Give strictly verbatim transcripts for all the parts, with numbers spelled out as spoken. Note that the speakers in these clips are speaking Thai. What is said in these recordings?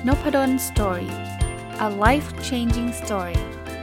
Nopadon Story. A life-changing story.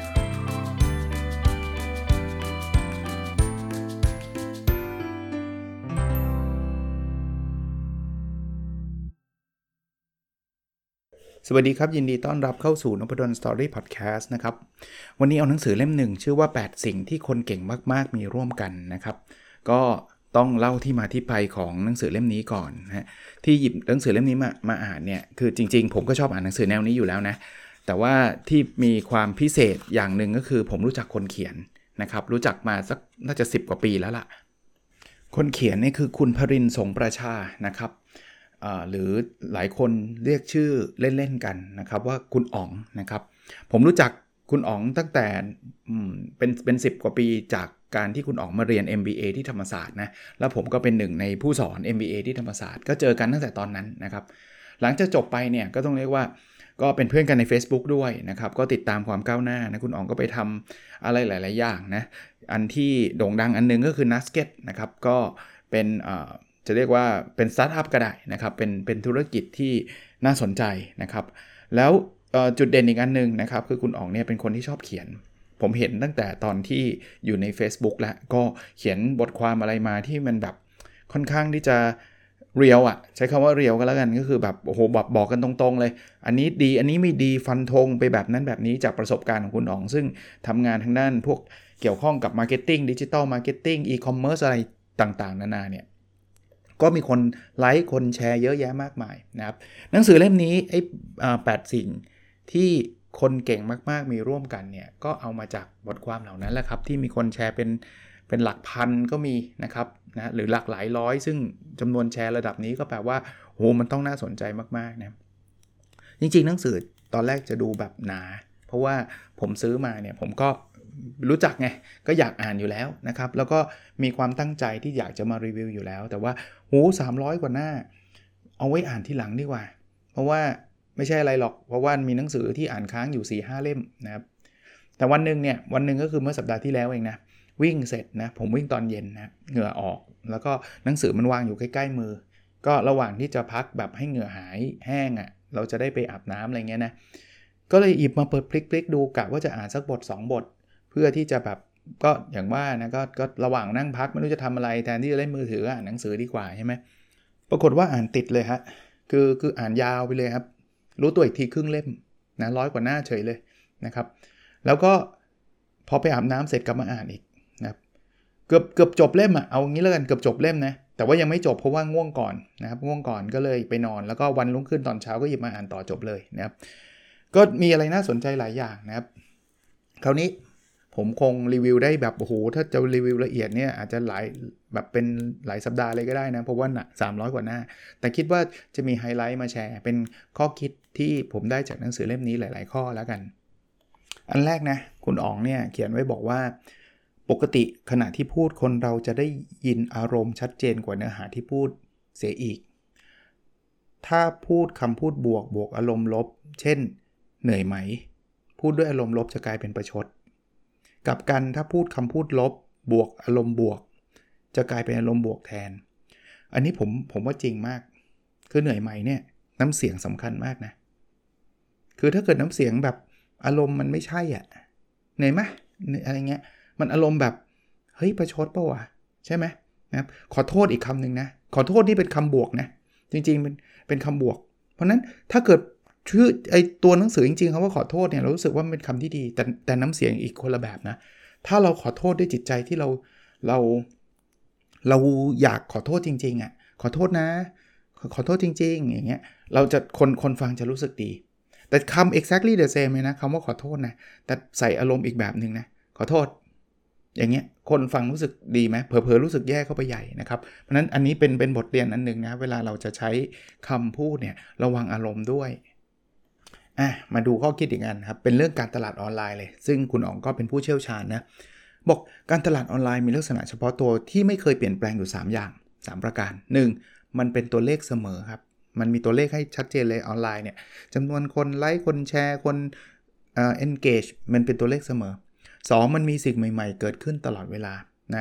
สวัสดีครับยินดีต้อนรับเข้าสู่ Nopadon Story Podcast นะครับวันนี้เอาหนังสือเล่มหนึ่งชื่อว่าแปดสิ่งที่คนเก่งมากๆมีร่วมกันนะครับก็ต้องเล่าที่มาที่ไปของหนังสือเล่มนี้ก่อนนะที่หยิบหนังสือเล่มนี้มามาอ่านเนี่ยคือจริงๆผมก็ชอบอ่านหนังสือแนวนี้อยู่แล้วนะแต่ว่าที่มีความพิเศษอย่างหนึ่งก็คือผมรู้จักคนเขียนนะครับรู้จักมาสักน่าจะสิบกว่าปีแล้วล่ะคนเขียนนี่คือคุณพรินทร์สงประชานะครับหรือหลายคนเรียกชื่อเล่นๆกันนะครับว่าคุณอ๋องนะครับผมรู้จักคุณอ๋องตั้งแต่เป็นเป็นสิบกว่าปีจากการที่คุณอ๋องมาเรียน เอ็ม บี เอ ที่ธรรมศาสตร์นะแล้วผมก็เป็นหนึ่งในผู้สอน เอ็ม บี เอ ที่ธรรมศาสตร์ก็เจอกันตั้งแต่ตอนนั้นนะครับหลังจากจบไปเนี่ยก็ต้องเรียกว่าก็เป็นเพื่อนกันใน Facebook ด้วยนะครับก็ติดตามความก้าวหน้านะคุณอ๋องก็ไปทำอะไรหลายๆอย่างนะอันที่โด่งดังอันนึงก็คือ Nugget นะครับก็เป็นจะเรียกว่าเป็นสตาร์ทอัพก็ได้นะครับเป็นเป็นธุรกิจที่น่าสนใจนะครับแล้วจุดเด่นอีกอันนึงนะครับคือคุณอ๋องเนี่ยเป็นคนที่ชอบเขียนผมเห็นตั้งแต่ตอนที่อยู่ใน Facebook แล้วก็เขียนบทความอะไรมาที่มันแบบค่อนข้างที่จะเรียลอ่ะใช้คำว่าเรียลก็แล้วกันก็คือแบบโอ้โหบอกบอกกันตรงๆเลยอันนี้ดีอันนี้ไม่ดีฟันธงไปแบบนั้นแบบนี้จากประสบการณ์ของคุณอ๋องซึ่งทำงานทางด้านพวกเกี่ยวข้องกับมาร์เก็ตติ้งดิจิทัลมาร์เก็ตติ้งอีคอมเมิร์ซอะไรต่างๆนานาเนี่ยก็มีคนไลค์คนแชร์เยอะแยะมากมายนะครับหนังสือเล่มนี้ไอ้แปดสิ่งที่คนเก่งมากๆมีร่วมกันเนี่ยก็เอามาจากบทความเหล่านั้นแหละครับที่มีคนแชร์เป็นเป็นหลักพันก็มีนะครับนะหรือหลักหลายร้อยซึ่งจำนวนแชร์ระดับนี้ก็แปลว่าโหมันต้องน่าสนใจมากๆนะจริงๆหนังสือตอนแรกจะดูแบบหนาเพราะว่าผมซื้อมาเนี่ยผมก็รู้จักไงก็อยากอ่านอยู่แล้วนะครับแล้วก็มีความตั้งใจที่อยากจะมารีวิวอยู่แล้วแต่ว่าโหสามร้อยกว่าหน้าเอาไว้อ่านทีหลังดีกว่าเพราะว่าไม่ใช่อะไรหรอกเพราะว่ามีหนังสือที่อ่านค้างอยู่ สี่ห้า เล่มนะครับแต่วันนึงเนี่ยวันนึงก็คือเมื่อสัปดาห์ที่แล้วเองนะวิ่งเสร็จนะผมวิ่งตอนเย็นนะเหงื่อออกแล้วก็หนังสือมันวางอยู่ใกล้ๆมือก็ระหว่างที่จะพักแบบให้เหงื่อหายแห้งอ่ะเราจะได้ไปอาบน้ำอะไรเงี้ยนะก็เลยหยิบมาเปิดพลิกๆดูกะว่าจะอ่านสักบทสองบทเพื่อที่จะแบบก็อย่างว่านะก็ก็ระหว่างนั่งพักไม่รู้จะทำอะไรแทนที่จะเล่นมือถืออ่านหนังสือดีกว่าใช่ไหมปรากฏว่าอ่านติดเลยฮะคือคืออ่านยาวไปเลยครับรู้ตัวอีกทีครึ่งเล่มนะร้อยกว่าหน้าเฉยเลยนะครับแล้วก็พอไปอาบน้ำเสร็จกลับมาอ่านอีกนะครับเกือบเกือบจบเล่มอ่ะเอางี้แล้วกันเกือบจบเล่มนะแต่ว่ายังไม่จบเพราะว่าง่วงก่อนนะครับง่วงก่อนก็เลยไปนอนแล้วก็วันรุ่งขึ้นตอนเช้าก็หยิบมาอ่านต่อจบเลยนะครับก็มีอะไรน่าสนใจหลายอย่างนะครับคราวนี้ผมคงรีวิวได้แบบโอ้โหถ้าจะรีวิวละเอียดเนี่ยอาจจะหลายแบบเป็นหลายสัปดาห์เลยก็ได้นะเพราะว่าหนักสามร้อยกว่าหน้าแต่คิดว่าจะมีไฮไลท์มาแชร์เป็นข้อคิดที่ผมได้จากหนังสือเล่มนี้หลายๆข้อแล้วกันอันแรกนะคุณอ๋องเนี่ยเขียนไว้บอกว่าปกติขณะที่พูดคนเราจะได้ยินอารมณ์ชัดเจนกว่าเนื้อหาที่พูดเสียอีกถ้าพูดคำพูดบวกบวกอารมณ์ลบเช่นเหนื่อยไหมพูดด้วยอารมณ์ลบจะกลายเป็นประชดกับกันถ้าพูดคำพูดลบบวกอารมณ์บวกจะกลายเป็นอารมณ์บวกแทนอันนี้ผมผมว่าจริงมากคือเหนื่อยไหมเนี่ยน้ำเสียงสำคัญมากนะคือถ้าเกิดน้ำเสียงแบบอารมณ์มันไม่ใช่อ่ะเหนื่อยไหมอะไรเงี้ยมันอารมณ์แบบเฮ้ยประชดป่ะวะใช่ไหมนะครับขอโทษอีกคำหนึ่งนะขอโทษที่เป็นคำบวกนะจริงๆเป็นเป็นคำบวกเพราะนั้นถ้าเกิดชื่อไอตัวหนังสือจริงๆคำว่าขอโทษเนี่ยเรารู้สึกว่ามันเป็นคำที่ดีแต่แต่น้ำเสียงอีกคนละแบบนะถ้าเราขอโทษด้วยจิตใจที่เราเราเราอยากขอโทษจริงๆอ่ะขอโทษนะขอโทษจริงๆอย่างเงี้ยเราจะคนคนฟังจะรู้สึกดีแต่คำ exactly the same เลยนะคำว่าขอโทษนะแต่ใส่อารมณ์อีกแบบนึงนะขอโทษอย่างเงี้ยคนฟังรู้สึกดีไหมเผลอๆรู้สึกแย่เข้าไปใหญ่นะครับเพราะนั้นอันนี้เป็นเป็นบทเรียนอันนึงนะเวลาเราจะใช้คำพูดเนี่ยระวังอารมณ์ด้วยอ่ะมาดูข้อคิดอีกอันครับเป็นเรื่องการตลาดออนไลน์เลยซึ่งคุณอ๋องก็เป็นผู้เชี่ยวชาญนะบอกการตลาดออนไลน์มีลักษณะเฉพาะตัวที่ไม่เคยเปลี่ยนแปลงอยู่สามอย่างสามประการหนึ่งมันเป็นตัวเลขเสมอครับมันมีตัวเลขให้ชัดเจนเลยออนไลน์เนี่ยจำนวนคนไลค์คนแชร์คนเอ่อ engage มันเป็นตัวเลขเสมอสองมันมีสิ่งใหม่ๆเกิดขึ้นตลอดเวลานะครับ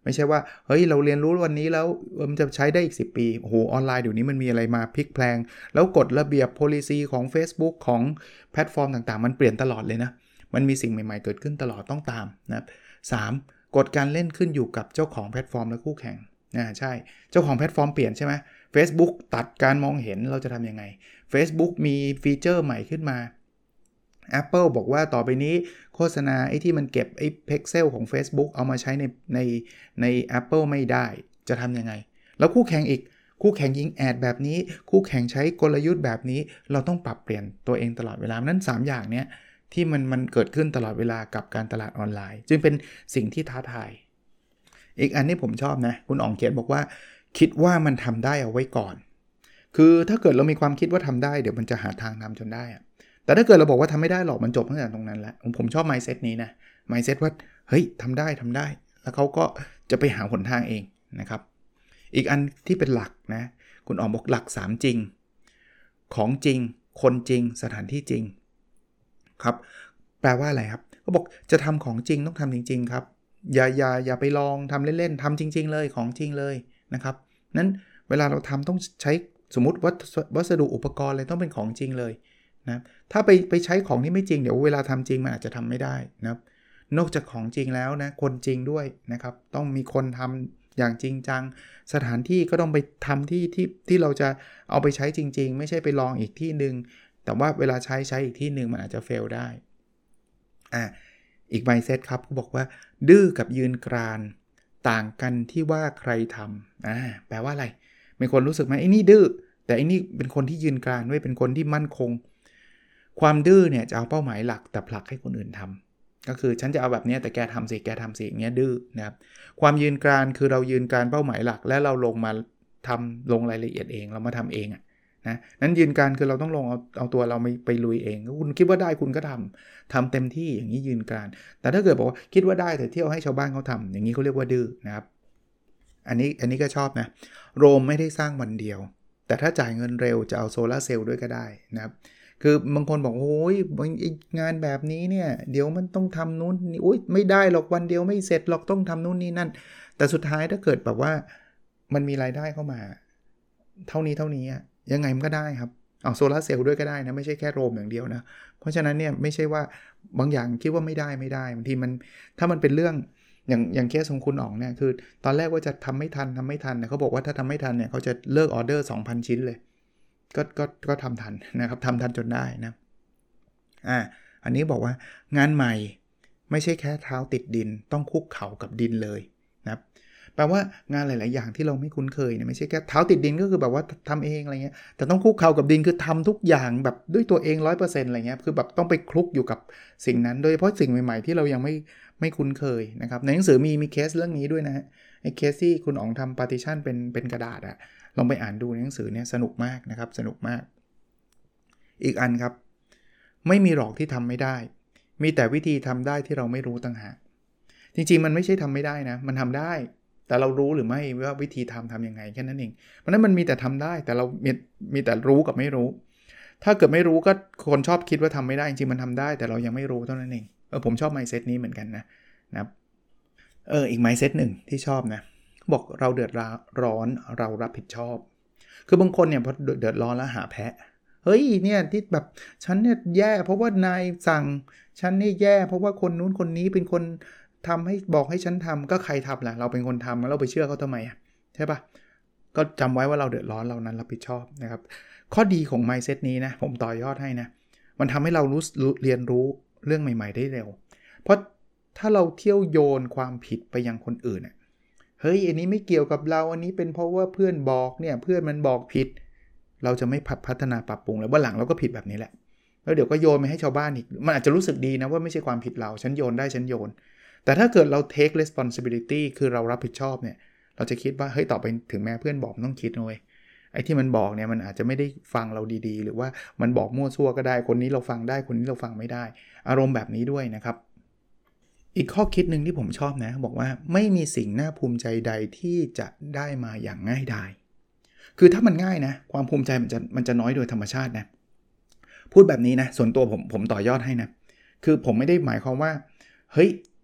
ไม่ใช่ว่าเฮ้ยเราเรียนรู้วันนี้แล้วมันจะใช้ได้อีกสิบปีโอ้โหออนไลน์เดี๋ยวนี้มันมีอะไรมาพลิกแพลงแล้วกฎระเบียบ policy ของ Facebook ของแพลตฟอร์มต่างๆมันเปลี่ยนตลอดเลยนะมันมีสิ่งใหม่ๆเกิดขึ้นตลอดต้องตามนะครับสามกฎการเล่นขึ้นอยู่กับเจ้าของแพลตฟอร์มและคู่แข่งอ่าใช่เจ้าของแพลตฟอร์มเปลี่ยนใช่ไหม Facebook ตัดการมองเห็นเราจะทำยังไง Facebook มีฟีเจอร์ใหม่ขึ้นมา Apple บอกว่าต่อไปนี้โฆษณาไอ้ที่มันเก็บไอ้ Pixel ของ Facebook เอามาใช้ในในใน Apple ไม่ได้จะทำยังไงแล้วคู่แข่งอีกคู่แข่งยิงแอดแบบนี้คู่แข่งใช้กลยุทธ์แบบนี้เราต้องปรับเปลี่ยนตัวเองตลอดเวลานั้นสามอย่างเนี้ยที่มันมันเกิดขึ้นตลอดเวลากับการตลาดออนไลน์จึงเป็นสิ่งที่ท้าทายอีกอันที่ผมชอบนะคุณอ๋องเขียนบอกว่าคิดว่ามันทำได้เอาไว้ก่อนคือถ้าเกิดเรามีความคิดว่าทำได้เดี๋ยวมันจะหาทางทำจนได้อะแต่ถ้าเกิดเราบอกว่าทำไม่ได้หรอกมันจบตั้งแต่ตรงนั้นแล้วผมชอบ mindset นี้นะ mindset ว่าเฮ้ยทำได้ทำได้แล้วเขาก็จะไปหาหนทางเองนะครับอีกอันที่เป็นหลักนะคุณอ๋องบอกหลักสามจริงของจริงคนจริงสถานที่จริงครับแปลว่าอะไรครับเขาบอกจะทำของจริงต้องทำจริงๆครับอย่าอย่าอย่าไปลองทำเล่นๆทำจริงๆเลยของจริงเลยนะครับนั้นเวลาเราทำต้องใช้สมมุติวัสวัสดุอุปกรณ์อะไรต้องเป็นของจริงเลยนะถ้าไปไปใช้ของที่ไม่จริงเดี๋ยวเวลาทำจริงมันอาจจะทำไม่ได้นะครับนอกจากของจริงแล้วนะคนจริงด้วยนะครับต้องมีคนทำอย่างจริงจังสถานที่ก็ต้องไปทำที่ที่ที่เราจะเอาไปใช้จริงๆไม่ใช่ไปลองอีกที่นึงแต่ว่าเวลาใช้ใช้อีกที่นึงมันอาจจะเฟลได้อ่าอีก mindset ครับเขาบอกว่าดื้อกับยืนกรานต่างกันที่ว่าใครทำอ่าแปลว่าอะไรมีคนรู้สึกไหมไอ้นี่ดื้อแต่ไอ้นี่เป็นคนที่ยืนกรานด้วยเป็นคนที่มั่นคงความดื้อเนี่ยจะเอาเป้าหมายหลักแต่ผลักให้คนอื่นทำก็คือฉันจะเอาแบบนี้แต่แกทำสิแกทำสิอย่างเงี้ยดื้อนะครับความยืนกรานคือเรายืนกรานเป้าหมายหลักและเราลงมาทำลงรายละเอียดเองเรามาทำเองอะนะนั้นยืนกรานคือเราต้องลงเอาเอาตัวเราไปไปลุยเองคุณคิดว่าได้คุณก็ทำทำเต็มที่อย่างนี้ยืนกรานแต่ถ้าเกิดบอกว่าคิดว่าได้แต่เที่ยวให้ชาวบ้านเขาทำอย่างนี้เขาเรียกว่าดื้อนะครับอันนี้อันนี้ก็ชอบนะโรมไม่ได้สร้างวันเดียวแต่ถ้าจ่ายเงินเร็วจะเอาโซลาร์เซลล์ด้วยก็ได้นะครับคือบางคนบอกโอ้ยงานแบบนี้เนี่ยเดี๋ยวมันต้องทำนู้นนี่อุ้ยไม่ได้หรอกวันเดียวไม่เสร็จหรอกต้องทำนู้นนี่นั่นแต่สุดท้ายถ้าเกิดแบบว่ามันมีรายได้เข้ามาเท่านี้เท่านี้ยังไงมันก็ได้ครับเอาโซลาร์เซลล์ด้วยก็ได้นะไม่ใช่แค่โรมอย่างเดียวนะเพราะฉะนั้นเนี่ยไม่ใช่ว่าบางอย่างคิดว่าไม่ได้ไม่ได้บางทีมันถ้ามันเป็นเรื่องอย่างอย่างเคสของคุณอ๋องเนี่ยคือตอนแรกว่าจะทำไม่ทันทำไม่ทันเนี่ยเขาบอกว่าถ้าทำไม่ทันเนี่ยเขาจะเลิกออเดอร์ สองพัน ชิ้นเลยก็ก็ก็ทำทันนะครับทำทันจนได้นะอ่าอันนี้บอกว่างานใหม่ไม่ใช่แค่เท้าติดดินต้องคุกเข่ากับดินเลยนะครับแปลว่างานหลายๆอย่างที่เราไม่คุ้นเคยเนี่ยไม่ใช่แค่เท้าติดดินก็คือแบบว่าทำเองอะไรเงี้ยแต่ต้องคุกเข่ากับดินคือทำทุกอย่างแบบด้วยตัวเอง ร้อยเปอร์เซ็นต์ อะไรเงี้ยคือแบบต้องไปคลุกอยู่กับสิ่งนั้นโดยเฉพาะสิ่งใหม่ๆที่เรายังไม่ไม่คุ้นเคยนะครับในหนังสือมีมีเคสเรื่องนี้ด้วยนะฮะไอ้เคสที่คุณอ๋องทำ partition เป็นเป็นกระดาษอะลองไปอ่านดูในหนังสือเนี่ยสนุกมากนะครับสนุกมากอีกอันครับไม่มีหรอกที่ทำไม่ได้มีแต่วิธีทำได้ที่เราไม่รู้ต่างหากจริงๆมันไม่ใช่ทำไม่ได้นะมันทำได้แต่เรารู้หรือไม่ว่าวิธีทำทำยังไงแค่นั้นเองเพราะนั้นมันมีแต่ทำได้แต่เรามีมีแต่รู้กับไม่รู้ถ้าเกิดไม่รู้ก็คนชอบคิดว่าทำไม่ได้จริงๆมันทำได้แต่เรายังไม่รู้เท่านั้นเองเออผมชอบ mindset นี้เหมือนกันนะนะครับเอออีก mindset หนึ่งที่ชอบนะบอกเราเดือดร้อนเรารับผิดชอบคือบางคนเนี่ยพอเดือดร้อนแล้วหาแพ้เฮ้ยเนี่ยที่แบบฉันเนี่ยแย่เพราะว่านายสั่งฉันนี่แย่เพราะว่าคนนู้นคนนี้เป็นคนทำให้บอกให้ฉันทำก็ใครทำล่ะเราเป็นคนทำแล้วเราไปเชื่อเขาทำไมอ่ะใช่ปะก็จำไว้ว่าเราเดือดร้อนเรานั้นรับผิดชอบนะครับข้อดีของ mindset นี้นะผมต่อยอดให้นะมันทำให้เรารู้เรียนรู้เรื่องใหม่ๆได้เร็วเพราะถ้าเราเที่ยวโยนความผิดไปยังคนอื่นอ่ะเฮ้ยอันนี้ไม่เกี่ยวกับเราอันนี้เป็นเพราะว่าเพื่อนบอกเนี่ยเพื่อนมันบอกผิดเราจะไม่พัฒนาปรับปรุงแล้ววันหลังเราก็ผิดแบบนี้แหละแล้วเดี๋ยวก็โยนไปให้ชาวบ้านอีกมันอาจจะรู้สึกดีนะว่าไม่ใช่ความผิดเราฉันโยนได้ฉันโยนแต่ถ้าเกิดเรา take responsibility คือเรารับผิดชอบเนี่ยเราจะคิดว่าเฮ้ยต่อไปถึงแม้เพื่อนบอกต้องคิดนะเว้ยไอ้ที่มันบอกเนี่ยมันอาจจะไม่ได้ฟังเราดีๆหรือว่ามันบอกมั่วซั่วก็ได้คนนี้เราฟังได้คนนี้เราฟังไม่ได้อารมณ์แบบนี้ด้วยนะครับอีกข้อคิดนึงที่ผมชอบนะบอกว่าไม่มีสิ่งน่าภูมิใจใดที่จะได้มาอย่างง่ายดายคือถ้ามันง่ายนะความภูมิใจมันจะมันจะน้อยโดยธรรมชาตินะพูดแบบนี้นะส่วนตัวผมผมต่อยอดให้นะคือผมไม่ได้หมายความว่าเฮ้ย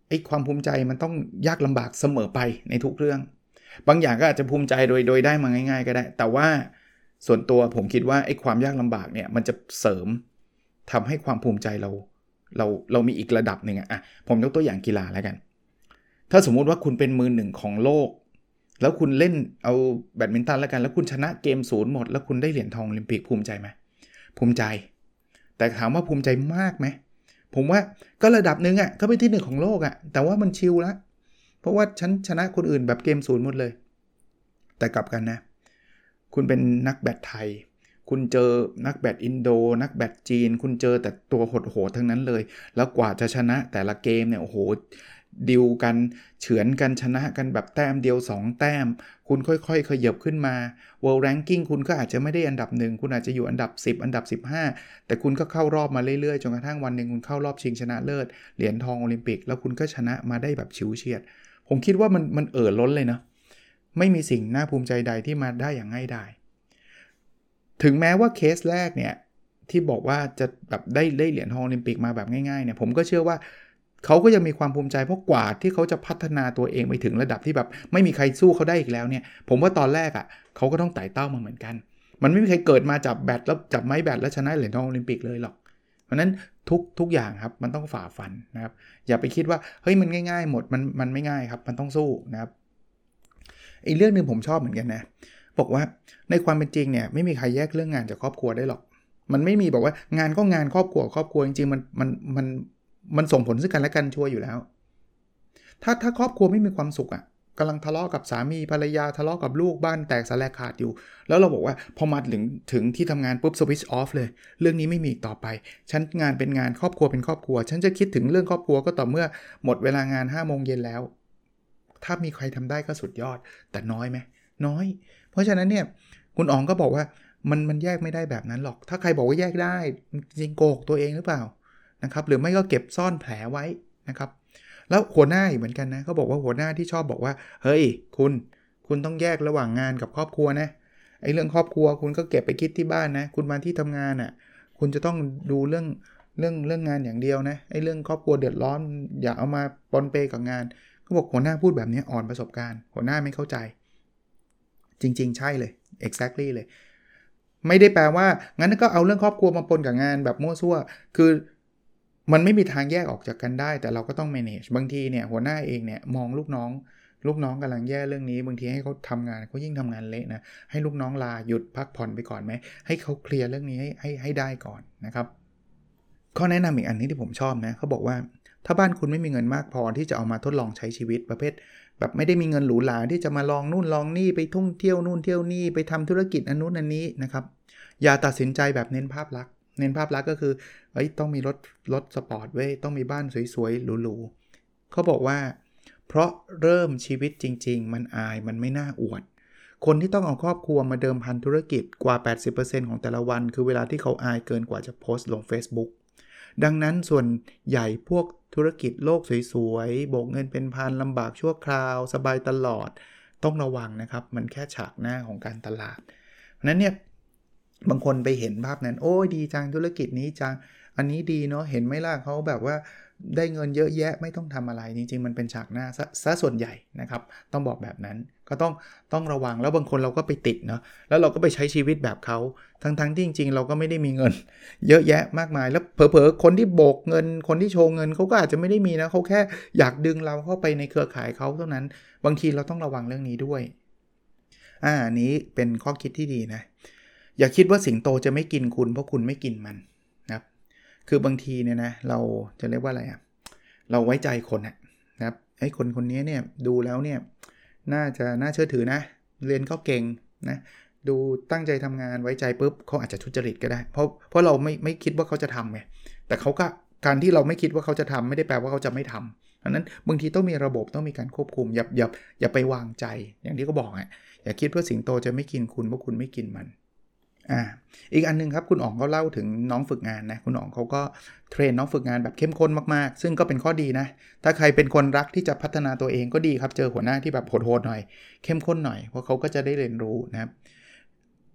ไอ้ความภูมิใจมันต้องยากลำบากเสมอไปในทุกเรื่องบางอย่างก็อาจจะภูมิใจโดยโดยได้มาง่ายๆก็ได้แต่ว่าส่วนตัวผมคิดว่าไอ้ความยากลำบากเนี่ยมันจะเสริมทำให้ความภูมิใจเราเราเรามีอีกระดับหนึ่งอ่ะผมยกตัวอย่างกีฬาแล้วกันถ้าสมมุติว่าคุณเป็นมือหนึ่งของโลกแล้วคุณเล่นเอาแบดมินตันแล้วกันแล้วคุณชนะเกมศูนย์หมดแล้วคุณได้เหรียญทองโอลิมปิกภูมิใจไหมภูมิใจแต่ถามว่าภูมิใจมากไหมผมว่าก็ระดับนึงอ่ะก็เป็นที่หนึ่งของโลกอ่ะแต่ว่ามันชิลแล้วเพราะว่าฉันชนะคนอื่นแบบเกมศูนย์หมดเลยแต่กลับกันนะคุณเป็นนักแบดไทยคุณเจอนักแบดอินโดนักแบดจีนคุณเจอแต่ตัวโหดๆทั้งนั้นเลยแล้วกว่าจะชนะแต่ละเกมเนี่ยโอ้โหดิวกันเฉือนกันชนะกันแบบแต้มเดียวสองแต้มคุณค่อยๆขยับขึ้นมา World Ranking คุณก็อาจจะไม่ได้อันดับหนึ่งคุณอาจจะอยู่อันดับสิบอันดับสิบห้าแต่คุณก็เข้ารอบมาเรื่อยๆจนกระทั่งวันนึงคุณเข้ารอบชิงชนะเลิศเหรียญทองโอลิมปิกแล้วคุณก็ชนะมาได้แบบฉิวเฉียดผมคิดว่ามันมันเอ่อล้นเลยนะไม่มีสิ่งน่าภูมิใจใดที่มาได้อย่างง่ายดายถึงแม้ว่าเคสแรกเนี่ยที่บอกว่าจะแบบได้ได้เหรียญทองโอลิมปิกมาแบบง่ายๆเนี่ยผมก็เชื่อว่าเขาก็ยังมีความภูมิใจเพราะกว่าที่เขาจะพัฒนาตัวเองไปถึงระดับที่แบบไม่มีใครสู้เขาได้อีกแล้วเนี่ยผมว่าตอนแรกอ่ะเขาก็ต้องไต่เต้ามาเหมือนกันมันไม่มีใครเกิดมาจับแบดแล้วจับไม้แบดแล้วชนะเหรียญทองโอลิมปิกเลยหรอกเพราะนั้นทุกทุกอย่างครับมันต้องฝ่าฟันนะครับอย่าไปคิดว่าเฮ้ยมันง่ายๆหมดมันมันไม่ง่ายครับมันต้องสู้นะครับอีกเรื่องนึงผมชอบเหมือนกันนะบอกว่าในความเป็นจริงเนี่ยไม่มีใครแยกเรื่องงานจากครอบครัวได้หรอกมันไม่มีบอกว่างานก็งานครอบครัวครอบครัวจริงๆมันมันมันมันส่งผลซึ่งกันและกันชัวร์อยู่แล้วถ้าถ้าครอบครัวไม่มีความสุขอ่ะกำลังทะเลาะกับสามีภรรยาทะเลาะกับลูกบ้านแตกสลายขาดอยู่แล้วเราบอกว่าพอมาถึงถึงที่ทำงานปุ๊บสวิตช์ออฟเลยเรื่องนี้ไม่มีต่อไปฉันงานเป็นงานครอบครัวเป็นครอบครัวฉันจะคิดถึงเรื่องครอบครัวก็ต่อเมื่อหมดเวลางาน ห้าโมงเย็นแล้วถ้ามีใครทำได้ก็สุดยอดแต่น้อยไหมน้อยเพราะฉะนั้นเนี่ยคุณอ๋องก็บอกว่ามันมันแยกไม่ได้แบบนั้นหรอกถ้าใครบอกว่าแยกได้จริงโกหกตัวเองหรือเปล่านะครับหรือไม่ก็เก็บซ่อนแผลไว้นะครับแล้วหัวหน้าอีกเหมือนกันนะเขาบอกว่าหัวหน้าที่ชอบบอกว่าเฮ้ยคุณคุณต้องแยกระหว่างงานกับครอบครัวนะไอ้เรื่องครอบครัวคุณก็เก็บไปคิดที่บ้านนะคุณมาที่ทำงานอ่ะคุณจะต้องดูเรื่องเรื่องเรื่องงานอย่างเดียวนะไอ้เรื่องครอบครัวเดือดร้อนอย่าเอามาปนเปกับงานเขาบอกหัวหน้าพูดแบบนี้อ่อนประสบการณ์หัวหน้าไม่เข้าใจจริงๆใช่เลย exactly เลยไม่ได้แปลว่างั้นก็เอาเรื่องครอบครัวมาปนกับงานแบบมั่วซั่วคือมันไม่มีทางแยกออกจากกันได้แต่เราก็ต้อง manage บางทีเนี่ยหัวหน้าเองเนี่ยมองลูกน้องลูกน้องกำลังแย่เรื่องนี้บางทีให้เขาทำงานเขายิ่งทำงานเละนะให้ลูกน้องลาหยุดพักผ่อนไปก่อนไหมให้เขาเคลียร์เรื่องนี้ให้ให้ให้ได้ก่อนนะครับข้อแนะนำอีกอันนี้ที่ผมชอบนะเขาบอกว่าถ้าบ้านคุณไม่มีเงินมากพอที่จะเอามาทดลองใช้ชีวิตประเภทแบบไม่ได้มีเงินหรูหราที่จะมาลองนู่นลองนี่ไปท่องเที่ยวนู่นเที่ยวนี่ไปทำธุรกิจอันนู้นอันนี้นะครับอย่าตัดสินใจแบบเน้นภาพลักษณ์เน้นภาพลักษณ์ก็คือเอ้ยต้องมีรถรถสปอร์ตเว้ยต้องมีบ้านสวยๆหรูๆเขาบอกว่าเพราะเริ่มชีวิตจริงๆมันอายมันไม่น่าอวดคนที่ต้องเอาครอบครัวมาเดิมพันธุรกิจกว่า แปดสิบเปอร์เซ็นต์ ของแต่ละวันคือเวลาที่เขาอายเกินกว่าจะโพสต์ลง Facebook ดังนั้นส่วนใหญ่พวกธุรกิจโลกสวยๆโบกเงินเป็นพันลำบากชั่วคราวสบายตลอดต้องระวังนะครับมันแค่ฉากหน้าของการตลาดเพราะนั้นเนี่ยบางคนไปเห็นภาพนั้นโอ้ยดีจังธุรกิจนี้จังอันนี้ดีเนาะเห็นไหมล่ะเขาแบบว่าได้เงินเยอะแยะไม่ต้องทำอะไรจริงๆมันเป็นฉากหน้าซะซะส่วนใหญ่นะครับต้องบอกแบบนั้นก็ต้องต้องระวังแล้วบางคนเราก็ไปติดเนาะแล้วเราก็ไปใช้ชีวิตแบบเขาทั้งๆที่จริงๆเราก็ไม่ได้มีเงินเยอะแยะมากมายแล้วเผลอๆคนที่โบกเงินคนที่โชว์เงินเขาก็อาจจะไม่ได้มีนะเขาแค่อยากดึงเราเข้าไปในเครือข่ายเขาเท่านั้นบางทีเราต้องระวังเรื่องนี้ด้วยอ่าอันนี้เป็นข้อคิดที่ดีนะอย่าคิดว่าสิงโตจะไม่กินคุณเพราะคุณไม่กินมันนะครับคือบางทีเนี่ยนะเราจะเรียกว่าอะไรอ่ะเราไว้ใจคนนะครับไอ้คนคนนี้เนี่ยดูแล้วเนี่ยน่าจะน่าเชื่อถือนะเรียนก็เก่งนะดูตั้งใจทำงานไว้ใจปุ๊บเขาอาจจะทุจริตก็ได้เพราะเพราะเราไม่ไม่คิดว่าเขาจะทำไงแต่เขาก็การที่เราไม่คิดว่าเขาจะทำไม่ได้แปลว่าเขาจะไม่ทำดังนั้นบางทีต้องมีระบบต้องมีการควบคุมอย่าอย่าอย่าไปวางใจอย่างที่เขาบอกอ่ะอย่าคิดว่าสิงโตจะไม่กินคุณเพราะคุณไม่กินมันอ่าอีกอันนึงครับคุณอ๋องเขาเล่าถึงน้องฝึกงานนะคุณอ๋องเขาก็เทรนน้องฝึกงานแบบเข้มข้นมากๆซึ่งก็เป็นข้อดีนะถ้าใครเป็นคนรักที่จะพัฒนาตัวเองก็ดีครับเจอหัวหน้าที่แบบโหดๆหน่อยเข้มข้นหน่อยเพราะเขาก็จะได้เรียนรู้นะครับ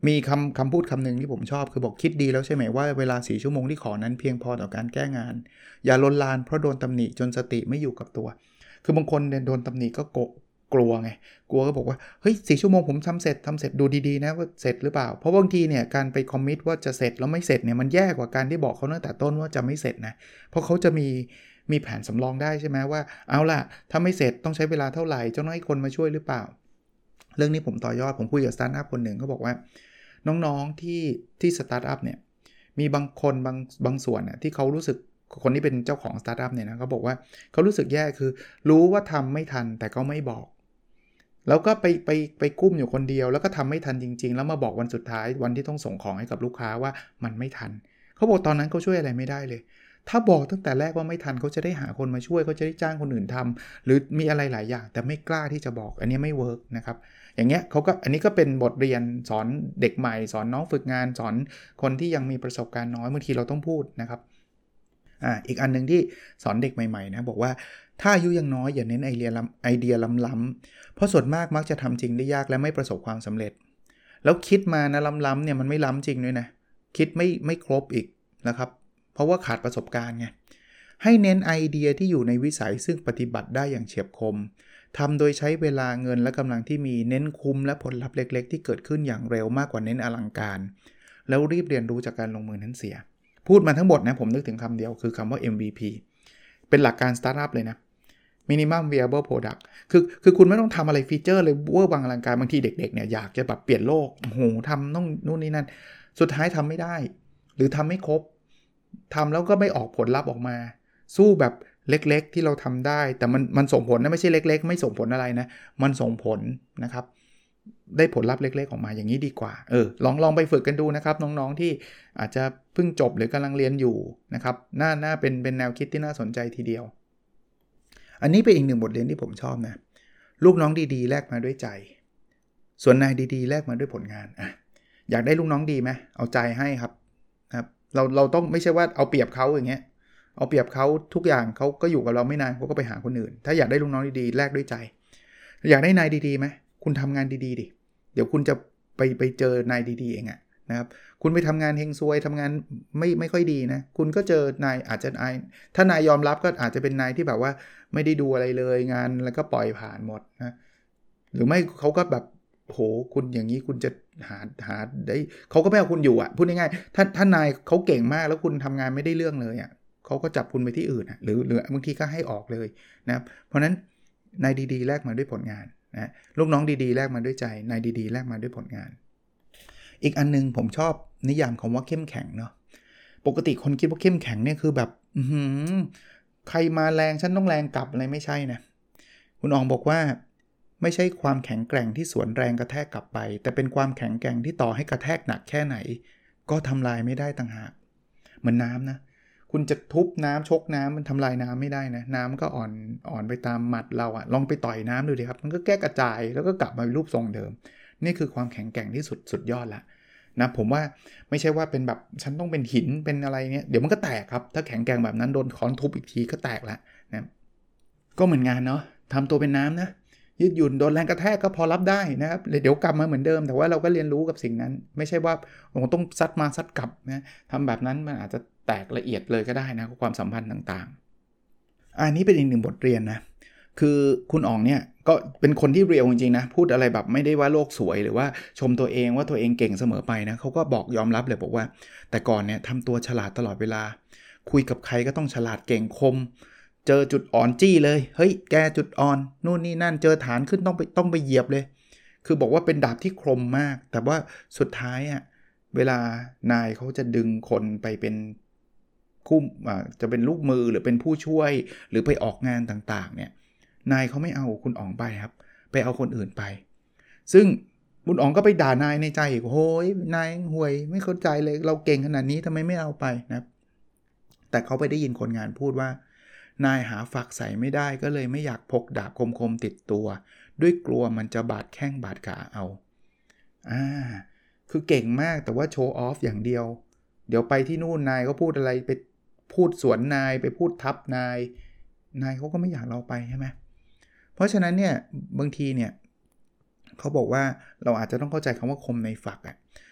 มีคำคำพูดคำหนึ่งที่ผมชอบคือบอกคิดดีแล้วใช่ไหมว่าเวลาสี่ชั่วโมงที่ขอนั้นเพียงพอต่อการแก้งานอย่าลนลานเพราะโดนตำหนิจนสติไม่อยู่กับตัวคือบางคนเนี่ยโดนตำหนิก็โกกลัวไงกลัวก็บอกว่าเฮ้ยสี่ชั่วโมงผมทำเสร็จทำเสร็จดูดีๆนะว่าเสร็จหรือเปล่าเพราะบางทีเนี่ยการไปคอมมิตว่าจะเสร็จแล้วไม่เสร็จเนี่ยมันแย่กว่าการที่บอกเขาตั้งแต่ต้นว่าจะไม่เสร็จนะเพราะเขาจะมีมีแผนสำรองได้ใช่ไหมว่าเอาล่ะถ้าไม่เสร็จต้องใช้เวลาเท่าไหร่จะต้องให้คนมาช่วยหรือเปล่าเรื่องนี้ผมต่อยอดผมคุยกับสตาร์ทอัพคนหนึ่งเขาบอกว่าน้องๆที่ที่สตาร์ทอัพเนี่ยมีบางคนบางบางส่วนน่ะที่เขารู้สึกคนที่เป็นเจ้าของสตาร์ทอัพเนี่ยนะเขาบอกว่าเขารู้สึกแย่คือรู้ว่าทำไม่ทันแต่ก็ไม่บอกแล้วก็ไปไปไปกุ้มอยู่คนเดียวแล้วก็ทำไม่ทันจริงๆแล้วมาบอกวันสุดท้ายวันที่ต้องส่งของให้กับลูกค้าว่ามันไม่ทันเขาบอกตอนนั้นเขาช่วยอะไรไม่ได้เลยถ้าบอกตั้งแต่แรกว่าไม่ทันเขาจะได้หาคนมาช่วยเขาจะได้จ้างคนอื่นทำหรือมีอะไรหลายอย่างแต่ไม่กล้าที่จะบอกอันนี้ไม่เวิร์กนะครับอย่างเงี้ยเขาก็อันนี้ก็เป็นบทเรียนสอนเด็กใหม่สอนน้องฝึกงานสอนคนที่ยังมีประสบการณ์น้อยบางทีเราต้องพูดนะครับอ่าอีกอันนึงที่สอนเด็กใหม่ๆนะบอกว่าถ้าอายุยังน้อยอย่าเน้นไอเดียไอเดียล้ำๆเพราะส่วนมากมักจะทำจริงได้ยากและไม่ประสบความสำเร็จแล้วคิดมานะล้ำๆเนี่ยมันไม่ล้ำจริงด้วยนะคิดไม่ไม่ครบอีกนะครับเพราะว่าขาดประสบการณ์ไงให้เน้นไอเดียที่อยู่ในวิสัยซึ่งปฏิบัติได้อย่างเฉียบคมทำโดยใช้เวลาเงินและกำลังที่มีเน้นคุ้มและผลลัพธ์เล็กๆที่เกิดขึ้นอย่างเร็วมากกว่าเน้นอลังการแล้วรีบเรียนรู้จากการลงมือนั้นเสียพูดมาทั้งหมดนะผมนึกถึงคำเดียวคือคำว่า เอ็ม วี พี เป็นหลักการสตาร์ทอัพเลยนะ Minimum Viable Product คือคือคุณไม่ต้องทำอะไรฟีเจอร์เลยเวอร์วังอลังการบางทีเด็กๆเนี่ยอยากจะแบบเปลี่ยนโลกโอ้โหทำต้องนู่นนี่นั่นสุดท้ายทำไม่ได้หรือทำไม่ครบทำแล้วก็ไม่ออกผลลัพธ์ออกมาสู้แบบเล็กๆที่เราทำได้แต่มันมันส่งผลนะไม่ใช่เล็กๆไม่ส่งผลอะไรนะมันส่งผลนะครับได้ผลลัพธ์เล็กๆออกมาอย่างนี้ดีกว่าเออลองลองไปฝึกกันดูนะครับน้องๆที่อาจจะเพิ่งจบหรือกำลังเรียนอยู่นะครับน่าน่าเป็นเป็นแนวคิดที่น่าสนใจทีเดียวอันนี้เป็นอีกหนึ่งบทเรียนที่ผมชอบนะลูกน้องดีๆแลกมาด้วยใจส่วนนายดีๆแลกมาด้วยผลงานอ่ะอยากได้ลูกน้องดีไหมเอาใจให้ครับครับเราเราต้องไม่ใช่ว่าเอาเปรียบเขาอย่างเงี้ยเอาเปรียบเขาทุกอย่างเขาก็อยู่กับเราไม่นานเขาก็ไปหาคนอื่นถ้าอยากได้ลูกน้องดีๆแลกด้วยใจอยากได้นายดีๆไหมคุณทำงานดีๆดิเดี๋ยวคุณจะไปไปเจอนายดีๆเองอะนะครับคุณไปทำงานเฮงซวยทำงานไม่ไม่ค่อยดีนะคุณก็เจอนายอาจจะนายถ้านายยอมรับก็อาจจะเป็นนายที่แบบว่าไม่ได้ดูอะไรเลยงานแล้วก็ปล่อยผ่านหมดนะหรือไม่เขาก็แบบโหคุณอย่างนี้คุณจะหาหาได้เขาก็ไม่เอาคุณอยู่อ่ะพูดง่ายๆถ้าถ้านายเขาเก่งมากแล้วคุณทำงานไม่ได้เรื่องเลยอ่ะเขาก็จับคุณไปที่อื่นอ่ะหรือหรือบางทีก็ให้ออกเลยนะครับเพราะนั้นนายดีๆแลกมาด้วยผลงานนะลูกน้องดีๆแลกมาด้วยใจนายดีๆแลกมาด้วยผลงานอีกอันนึงผมชอบนิยามคำว่าเข้มแข็งเนาะปกติคนคิดว่าเข้มแข็งเนี่ยคือแบบอื้อหือใครมาแรงฉันต้องแรงกลับอะไรไม่ใช่นะคุณอองบอกว่าไม่ใช่ความแข็งแกร่งที่สวนแรงกระแทกกลับไปแต่เป็นความแข็งแกร่งที่ต่อให้กระแทกหนักแค่ไหนก็ทำลายไม่ได้ต่างหากเหมือนน้ำนะคุณจะทุบน้ำชกน้ำมันทำลายน้ำไม่ได้นะน้ำก็อ่อนอ่อนไปตามหมัดเราอะลองไปต่อยน้ำดูดิครับมันก็แก้กระจายแล้วก็กลับมารูปทรงเดิมนี่คือความแข็งแกร่งที่สุดสุดยอดละนะผมว่าไม่ใช่ว่าเป็นแบบฉันต้องเป็นหินเป็นอะไรเนี่ยเดี๋ยวมันก็แตกครับถ้าแข็งแกร่งแบบนั้นโดนค้อนทุบอีกทีก็แตกละนะก็เหมือนงานเนาะทำตัวเป็นน้ำนะยืดหยุ่นโดนแรงกระแทกก็พอรับได้นะครับเดี๋ยวกลับมาเหมือนเดิมแต่ว่าเราก็เรียนรู้กับสิ่งนั้นไม่ใช่ว่าโอ้ต้องซัดมาซัดกลับนะทำแบบนั้นมันอาจจะแตกละเอียดเลยก็ได้นะความสัมพันธ์ต่างๆอันนี้เป็นอีกหนึ่งบทเรียนนะคือคุณอ๋องเนี่ยก็เป็นคนที่เรียลจริงๆนะพูดอะไรแบบไม่ได้ว่าโลกสวยหรือว่าชมตัวเองว่าตัวเองเก่งเสมอไปนะเขาก็บอกยอมรับเลยบอกว่าแต่ก่อนเนี่ยทำตัวฉลาดตลอดเวลาคุยกับใครก็ต้องฉลาดเก่งคมเจอจุดอ่อนจี้เลยเฮ้ยแกจุดอ่อนนู่นนี่นั่นเจอฐานขึ้นต้องไปต้องไปเหยียบเลยคือบอกว่าเป็นดาบที่คมมากแต่ว่าสุดท้ายอ่ะเวลานายเขาจะดึงคนไปเป็นคู่อ่าจะเป็นลูกมือหรือเป็นผู้ช่วยหรือไปออกงานต่างๆเนี่ยนายเขาไม่เอาคุณอ๋องไปครับไปเอาคนอื่นไปซึ่งคุณอ๋องก็ไปด่านายในใจอีกโอ้ยนายห่วยไม่เข้าใจเลยเราเก่งขนาดนี้ทำไมไม่เอาไปนะแต่เขาไปได้ยินคนงานพูดว่านายหาฝักใส่ไม่ได้ก็เลยไม่อยากพกดาบคมๆติดตัวด้วยกลัวมันจะบาดแข้งบาดขาเอาอ่าคือเก่งมากแต่ว่าโชว์ออฟอย่างเดียวเดี๋ยวไปที่นู่นนายก็พูดอะไรไปพูดสวนนายไปพูดทับนายนายเขาก็ไม่อยากเราไปใช่ไหมเพราะฉะนั้นเนี่ยบางทีเนี่ยเขาบอกว่าเราอาจจะต้องเข้าใจคำว่าคมในฝักอ่ะ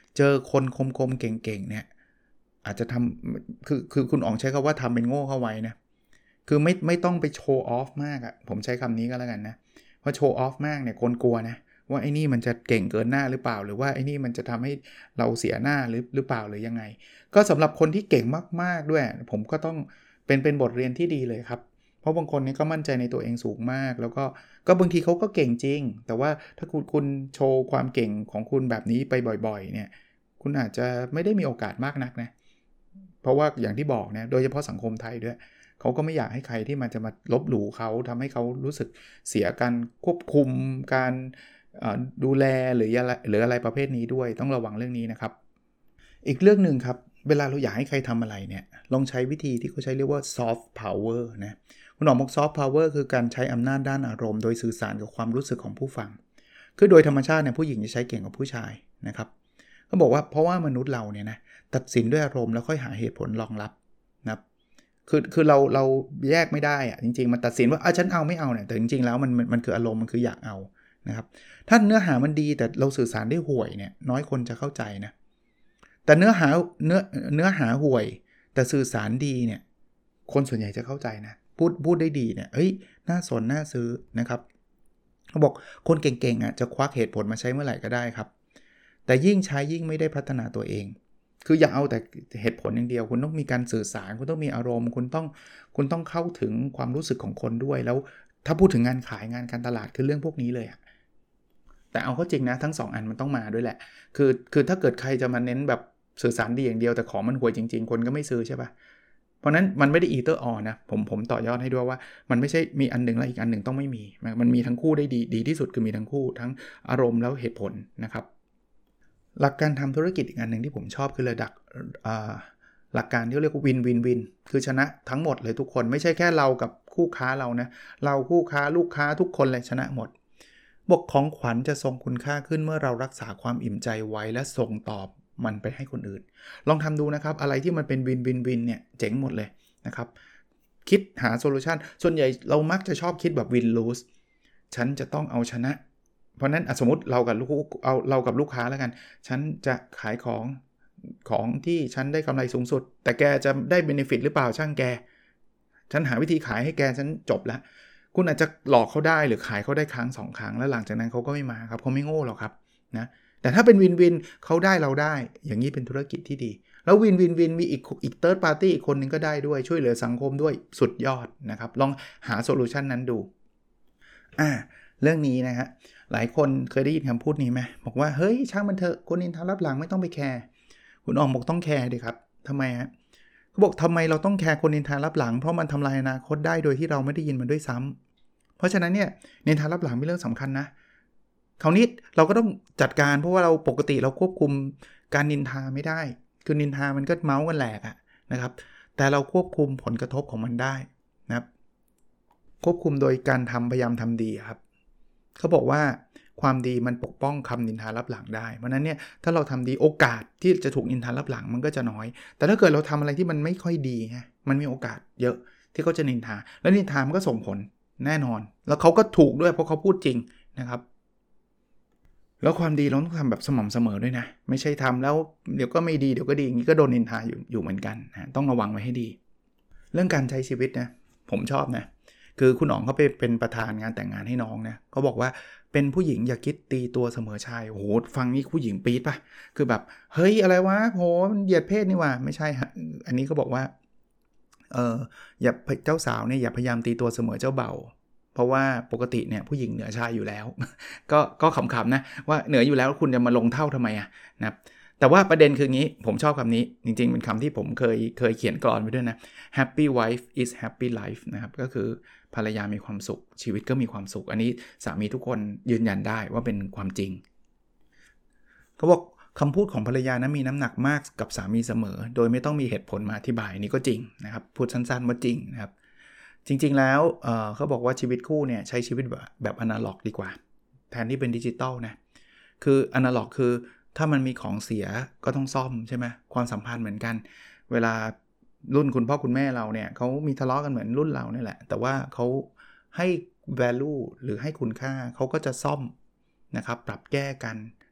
เจอคนคมๆเก่งๆเนี่ยอาจจะทำคือคือคุณอ๋องใช้คำว่าทำเป็นโง่เข้าไว้นะคือไม่ไม่ต้องไปโชว์ออฟมากอ่ะผมใช้คำนี้ก็แล้วกันนะเพราะโชว์ออฟมากเนี่ยคนกลัวนะว่าไอ้นี่มันจะเก่งเกินหน้าหรือเปล่าหรือว่าไอ้นี่มันจะทำให้เราเสียหน้าหรือหรือเปล่าหรือยังไงก็สำหรับคนที่เก่งมากๆด้วยผมก็ต้องเป็นเป็นบทเรียนที่ดีเลยครับเพราะบางคนนี่ก็มั่นใจในตัวเองสูงมากแล้วก็ก็บางทีเขาก็เก่งจริงแต่ว่าถ้าคุณคุณโชว์ความเก่งของคุณแบบนี้ไปบ่อยๆเนี่ยคุณอาจจะไม่ได้มีโอกาสมากนักนะเพราะว่าอย่างที่บอกนะโดยเฉพาะสังคมไทยด้วยเขาก็ไม่อยากให้ใครที่มันจะมาลบหลู่เขาทำให้เขารู้สึกเสียการควบคุมการดูแลหรืออะไรหรืออะไรประเภทนี้ด้วยต้องระวังเรื่องนี้นะครับอีกเรื่องนึงครับเวลาเราอยากให้ใครทำอะไรเนี่ยลองใช้วิธีที่เขาใช้เรียกว่า soft power นะคุณหมอบอก soft power คือการใช้อำนาจด้านอารมณ์โดยสื่อสารกับความรู้สึกของผู้ฟังคือโดยธรรมชาติเนี่ยผู้หญิงจะใช้เก่งกว่าผู้ชายนะครับเขาบอกว่าเพราะว่ามนุษย์เราเนี่ยนะตัดสินด้วยอารมณ์แล้วค่อยหาเหตุผลรองรับนะครับคือคือเราเราแยกไม่ได้อะจริงๆมันตัดสินว่าอ่ะฉันเอาไม่เอาเนี่ยแต่จริงๆแล้วมันมันมันคืออารมณ์มันคืออยากเอานะครับถ้าเนื้อหามันดีแต่เราสื่อสารได้ห่วยเนี่ยน้อยคนจะเข้าใจนะแต่เนื้อหาเนื้อเนื้อหาห่วยแต่สื่อสารดีเนี่ยคนส่วนใหญ่จะเข้าใจนะพูดพูดได้ดีเนี่ยเฮ้ยน่าสนน่าซื้อนะครับเขาบอกคนเก่งๆอ่ะจะควักเหตุผลมาใช้เมื่อไหร่ก็ได้ครับแต่ยิ่งใช้ยิ่งไม่ได้พัฒนาตัวเองคืออย่าเอาแต่เหตุผลอย่างเดียวคุณต้องมีการสื่อสารคุณต้องมีอารมณ์คุณต้องคุณต้องเข้าถึงความรู้สึกของคนด้วยแล้วถ้าพูดถึงงานขายงานการตลาดคือเรื่องพวกนี้เลยอะแต่เอาเข้าจริงนะทั้งสองอันมันต้องมาด้วยแหละคือคือถ้าเกิดใครจะมาเน้นแบบสื่อสารดีอย่างเดียวแต่ของมันห่วยจริงๆคนก็ไม่ซื้อใช่ป่ะเพราะนั้นมันไม่ได้ either or นะผมผมต่อยอดให้ด้วยว่ามันไม่ใช่มีอันนึงแล้วอีกอันนึงต้องไม่มีมันมีทั้งคู่ได้ดีดีที่สุดคือมีทั้งคู่ทั้งอารมณ์แล้วเหตุผลนะครับหลักการทำธุรกิจอีกอันนึงที่ผมชอบคือระดับหลักการที่เรียกว่าวินวินวินคือชนะทั้งหมดเลยทุกคนไม่ใช่แค่เรากับคู่ค้าเรานะเราคู่ค้าลูกค้าทุกคนเลยชนะหมดบอกของขวัญจะทรงคุณค่าขึ้นเมื่อเรารักษาความอิ่มใจไว้และส่งตอบมันไปให้คนอื่นลองทำดูนะครับอะไรที่มันเป็นวินวินวินเนี่ยเจ๋งหมดเลยนะครับคิดหาโซลูชันส่วนใหญ่เรามักจะชอบคิดแบบวินลูสฉันจะต้องเอาชนะเพราะนั้นสมมติเรากับลูกเอาเรากับลูกค้าแล้วกันฉันจะขายของของที่ฉันได้กำไรสูงสุดแต่แกจะได้เบเนฟิตหรือเปล่าช่างแกฉันหาวิธีขายให้แกฉันจบแล้วคุณอาจจะหลอกเขาได้หรือขายเขาได้ครั้งสองครั้งแล้วหลังจากนั้นเขาก็ไม่มาครับเขาไม่โง่หรอกครับนะแต่ถ้าเป็นวินวินเขาได้เราได้อย่างนี้เป็นธุรกิจที่ดีแล้ววินวินวินมีอีกอีกเติร์ดปาร์ตี้อีกคนนึงก็ได้ด้วยช่วยเหลือสังคมด้วยสุดยอดนะครับลองหาโซลูชันนั้นดูอ่าเรื่องนี้นะฮะหลายคนเคยได้ยินคำพูดนี้ไหมบอกว่าเฮ้ยช่างมันเถอะคนนินทารับหลังไม่ต้องไปแคร์คุณอองบอกต้องแคร์ดิครับทำไมฮะเขาบอกทำไมเราต้องแคร์คนนินทารับหลังเพราะมันทำลายอนาคตได้โดยที่เราไม่ได้ยินมันด้วยซ้ำเพราะฉะนั้นเนี่ยนินทารับหลังเป็นเรื่องสำคัญนะคราวนี้เราก็ต้องจัดการเพราะว่าเราปกติเราควบคุมการนินทาไม่ได้คือนินทามันก็เมาส์กันแหลกอะนะครับแต่เราควบคุมผลกระทบของมันได้นะครับควบคุมโดยการทำพยายามทำดีครับเขาบอกว่าความดีมันปกป้องคำนินทารับหลังได้เพราะนั้นเนี่ยถ้าเราทำดีโอกาสที่จะถูกนินทารับหลังมันก็จะน้อยแต่ถ้าเกิดเราทำอะไรที่มันไม่ค่อยดีฮะมันมีโอกาสเยอะที่เขาจะนินทาแล้วนินทามันก็ส่งผลแน่นอนแล้วเขาก็ถูกด้วยเพราะเขาพูดจริงนะครับแล้วความดีเราต้องทำแบบสม่ำเสมอด้วยนะไม่ใช่ทำแล้วเดี๋ยวก็ไม่ดีเดี๋ยวก็ดีอย่างนี้ก็โดนนินทาอยู่อยู่เหมือนกันนะต้องระวังไว้ให้ดีเรื่องการใช้ชีวิตนะผมชอบนะคือคุณอ๋องเขาไปเป็นประธานงานแต่งงานให้น้องนะเขาบอกว่าเป็นผู้หญิงอย่าคิดตีตัวเสมอชายโอ้โหฟังนี่ผู้หญิงปี๊ดป่ะคือแบบเฮ้ยอะไรวะโหมันเหยียดเพศนี่ว่าไม่ใช่ฮะอันนี้เขาบอกว่าเอออย่าเจ้าสาวเนี่ยอย่าพยายามตีตัวเสมอเจ้าเบ่าเพราะว่าปกติเนี่ยผู้หญิงเหนือชายอยู่แล้วก็ก็ขำๆนะว่าเหนืออยู่แล้วคุณจะมาลงเท่าทำไมอ่ะนะครับแต่ว่าประเด็นคืองี้ผมชอบคำนี้จริงๆเป็นคำที่ผมเคยเคยเขียนกลอนไว้ด้วยนะ happy wife is happy life นะครับก็คือภรรยามีความสุขชีวิตก็มีความสุขอันนี้สามีทุกคนยืนยันได้ว่าเป็นความจริงเขาบอกคำพูดของภรรยานะมีน้ำหนักมากกับสามีเสมอโดยไม่ต้องมีเหตุผลมาอธิบายนี่ก็จริงนะครับพูดสั้นๆว่าจริงนะครับจริงๆแล้วเอ่อเขาบอกว่าชีวิตคู่เนี่ยใช้ชีวิตแบบแบบอนาล็อกดีกว่าแทนที่เป็นดิจิตอลนะคืออนาล็อกคือถ้ามันมีของเสียก็ต้องซ่อมใช่ไหมความสัมพันธ์เหมือนกันเวลารุ่นคุณพ่อคุณแม่เราเนี่ยเขามีทะเลาะกันเหมือนรุ่นเราเนี่ยแหละแต่ว่าเขาให้ value หรือให้คุณค่าเขาก็จะซ่อมนะครับปรับแก้กัน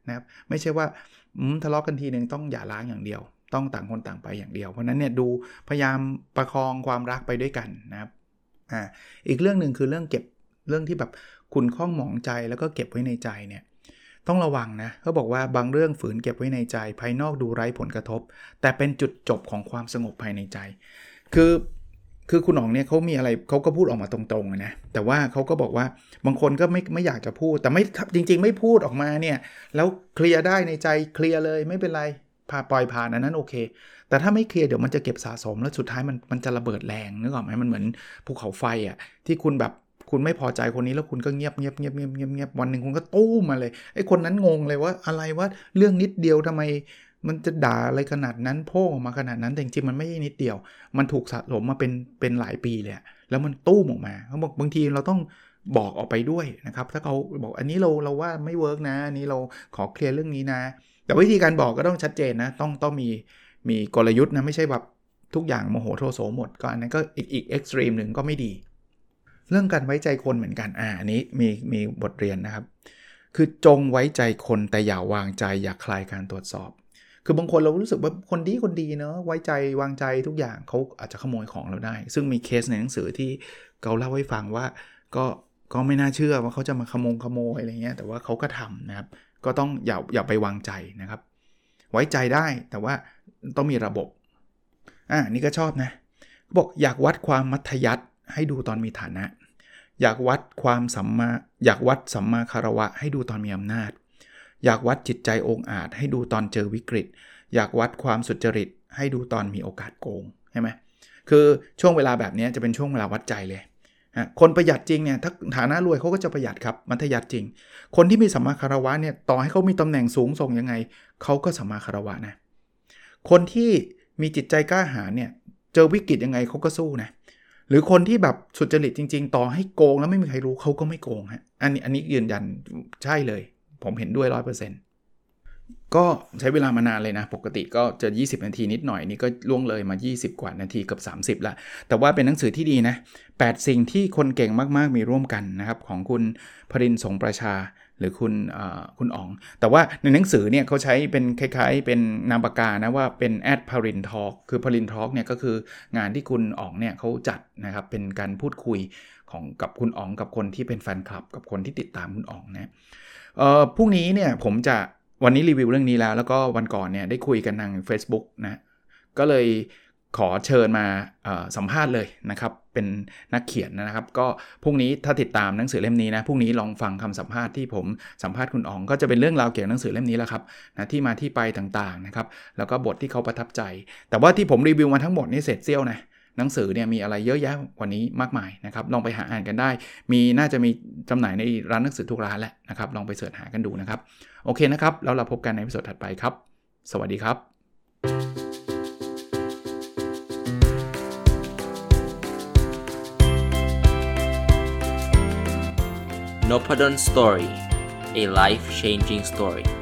นะครับไม่ใช่ว่าทะเลาะกันทีนึงต้องหย่าร้างอย่างเดียวต้องต่างคนต่างไปอย่างเดียวเพราะนั้นเนี่ยดูพยายามประคองความรักไปด้วยกันนะครับอ่าอีกเรื่องนึงคือเรื่องเก็บเรื่องที่แบบคุณข้องหมองใจแล้วก็เก็บไว้ในใจเนี่ยต้องระวังนะเขาบอกว่าบางเรื่องฝืนเก็บไว้ในใจภายนอกดูไร้ผลกระทบแต่เป็นจุดจบของความสงบภายในใจคือคือคุณอ๋องเนี่ยเขามีอะไรเขาก็พูดออกมาตรงๆนะแต่ว่าเขาก็บอกว่าบางคนก็ไม่ไม่อยากจะพูดแต่ไม่จริงๆไม่พูดออกมาเนี่ยแล้วเคลียร์ได้ในใจเคลียร์เลยไม่เป็นไรพาปล่อยผ่านอันนั้นโอเคแต่ถ้าไม่เคลียร์เดี๋ยวมันจะเก็บสะสมแล้วสุดท้ายมันมันจะระเบิดแรงนึกออกไหมมันเหมือนภูเขาไฟอ่ะที่คุณแบบคุณไม่พอใจคนนี้แล้วคุณก็เงียบเงียบเงียบเงียบเงียบเงียบวันหนึ่งคุณก็ตู้มมาเลยไอ้คนนั้นงงเลยว่าอะไรว่าเรื่องนิดเดียวทำไมมันจะด่าอะไรขนาดนั้นโพ่งออกมาขนาดนั้นแต่จริงๆมันไม่ใช่นิดเดียวมันถูกสะสมมาเป็นเป็นหลายปีเลยแล้วมันตู้มออกมาเขาบอกบางทีเราต้องบอกออกไปด้วยนะครับถ้าเขาบอกอันนี้เราเราว่าไม่เวิร์กนะอันนี้เราขอเคลียร์เรื่องนี้นะแต่วิธีการบอกก็ต้องชัดเจนนะต้องต้องมีมีกลยุทธ์นะไม่ใช่แบบทุกอย่างโมโหโทโสหมดก็อันนั้นก็อีกอีกเอ็กซ์ตรีมหนึ่งก็ไม่ดีเรื่องการไว้ใจคนเหมือนกันอ่าอันนี้มีมีบทเรียนนะครับคือจงไว้ใจคนแต่อย่าวางใจอย่าคลายการตรวจสอบคือบางคนเรารู้สึกว่าคนดีคนดีเนาะไว้ใจวางใจทุกอย่างเขาอาจจะขโมยของเราได้ซึ่งมีเคสในหนังสือที่เขาเล่าให้ฟังว่าก็ก็ไม่น่าเชื่อว่าเขาจะมาขโมยขโมยอะไรเงี้ยแต่ว่าเขาก็ทำนะครับก็ต้องอย่าอย่าไปวางใจนะครับไว้ใจได้แต่ว่าต้องมีระบบอ่านี่ก็ชอบนะบอกอยากวัดความมัธยัสถ์ให้ดูตอนมีฐานะอยากวัดความสัมมาอยากวัดสัมมาคารวะให้ดูตอนมีอำนาจอยากวัดจิตใจองอาจให้ดูตอนเจอวิกฤตอยากวัดความสุจริตให้ดูตอนมีโอกาสโกงใช่ไหมคือช่วงเวลาแบบนี้จะเป็นช่วงเวลาวัดใจเลยคนประหยัดจริงเนี่ยถ้าฐานะรวยเขาก็จะประหยัดครับมัธยัสถ์จริงคนที่มีสัมมาคารวะเนี่ยต่อให้เขามีตำแหน่งสูงส่งยังไงเขาก็สัมมาคารวะนะคนที่มีจิตใจกล้าหาญเนี่ยเจอวิกฤตยังไงเขาก็สู้นะหรือคนที่แบบสุจริตจริงๆต่อให้โกงแล้วไม่มีใครรู้เขาก็ไม่โกงฮะอันนี้อันนี้ยืนยันใช่เลยผมเห็นด้วย ร้อยเปอร์เซ็นต์ ก็ใช้เวลามานานเลยนะปกติก็จะยี่สิบนาทีนิดหน่อยนี่ก็ล่วงเลยมายี่สิบกว่านาทีเกือบสามสิบละแต่ว่าเป็นหนังสือที่ดีนะแปดสิ่งที่คนเก่งมากๆมีร่วมกันนะครับของคุณพรินทร์สงประชาหรือคุณเอ่อคุณอ๋องแต่ว่าในหนังสือเนี่ยเขาใช้เป็นคล้ายๆเป็นนามปากกานะว่าเป็น แอท พรินทอล์ก คือพรินทอล์กเนี่ยก็คืองานที่คุณอ๋องเนี่ยเขาจัดนะครับเป็นการพูดคุยของกับคุณอ๋องกับคนที่เป็นแฟนคลับกับคนที่ติดตามคุณอ๋องนะเอ่อพรุ่งนี้เนี่ยผมจะวันนี้รีวิวเรื่องนี้แล้วแล้วก็วันก่อนเนี่ยได้คุยกันทาง Facebook นะก็เลยขอเชิญมาสัมภาษณ์เลยนะครับเป็นนักเขียนนะครับก็พรุ่งนี้ถ้าติดตามหนังสือเล่มนี้นะพรุ่งนี้ลองฟังคำสัมภาษณ์ที่ผมสัมภาษณ์คุณอ๋องก็จะเป็นเรื่องราวเกี่ยวกับหนังสือเล่มนี้แหละครับนะที่มาที่ไปต่างๆนะครับแล้วก็บทที่เขาประทับใจแต่ว่าที่ผมรีวิวมาทั้งหมดนี่เสร็จเสี้ยวนะหนังสือเนี่ยมีอะไรเยอะแยะกว่านี้มากมายนะครับลองไปหาอ่านกันได้มีน่าจะมีจำหน่ายในร้านหนังสือทุกร้านแหละนะครับลองไปเสิร์ชหากันดูนะครับโอเคนะครับแล้วเราพบกันในตอนถัดไปครับสวัสดีครับ Nopadon Story, a life-changing story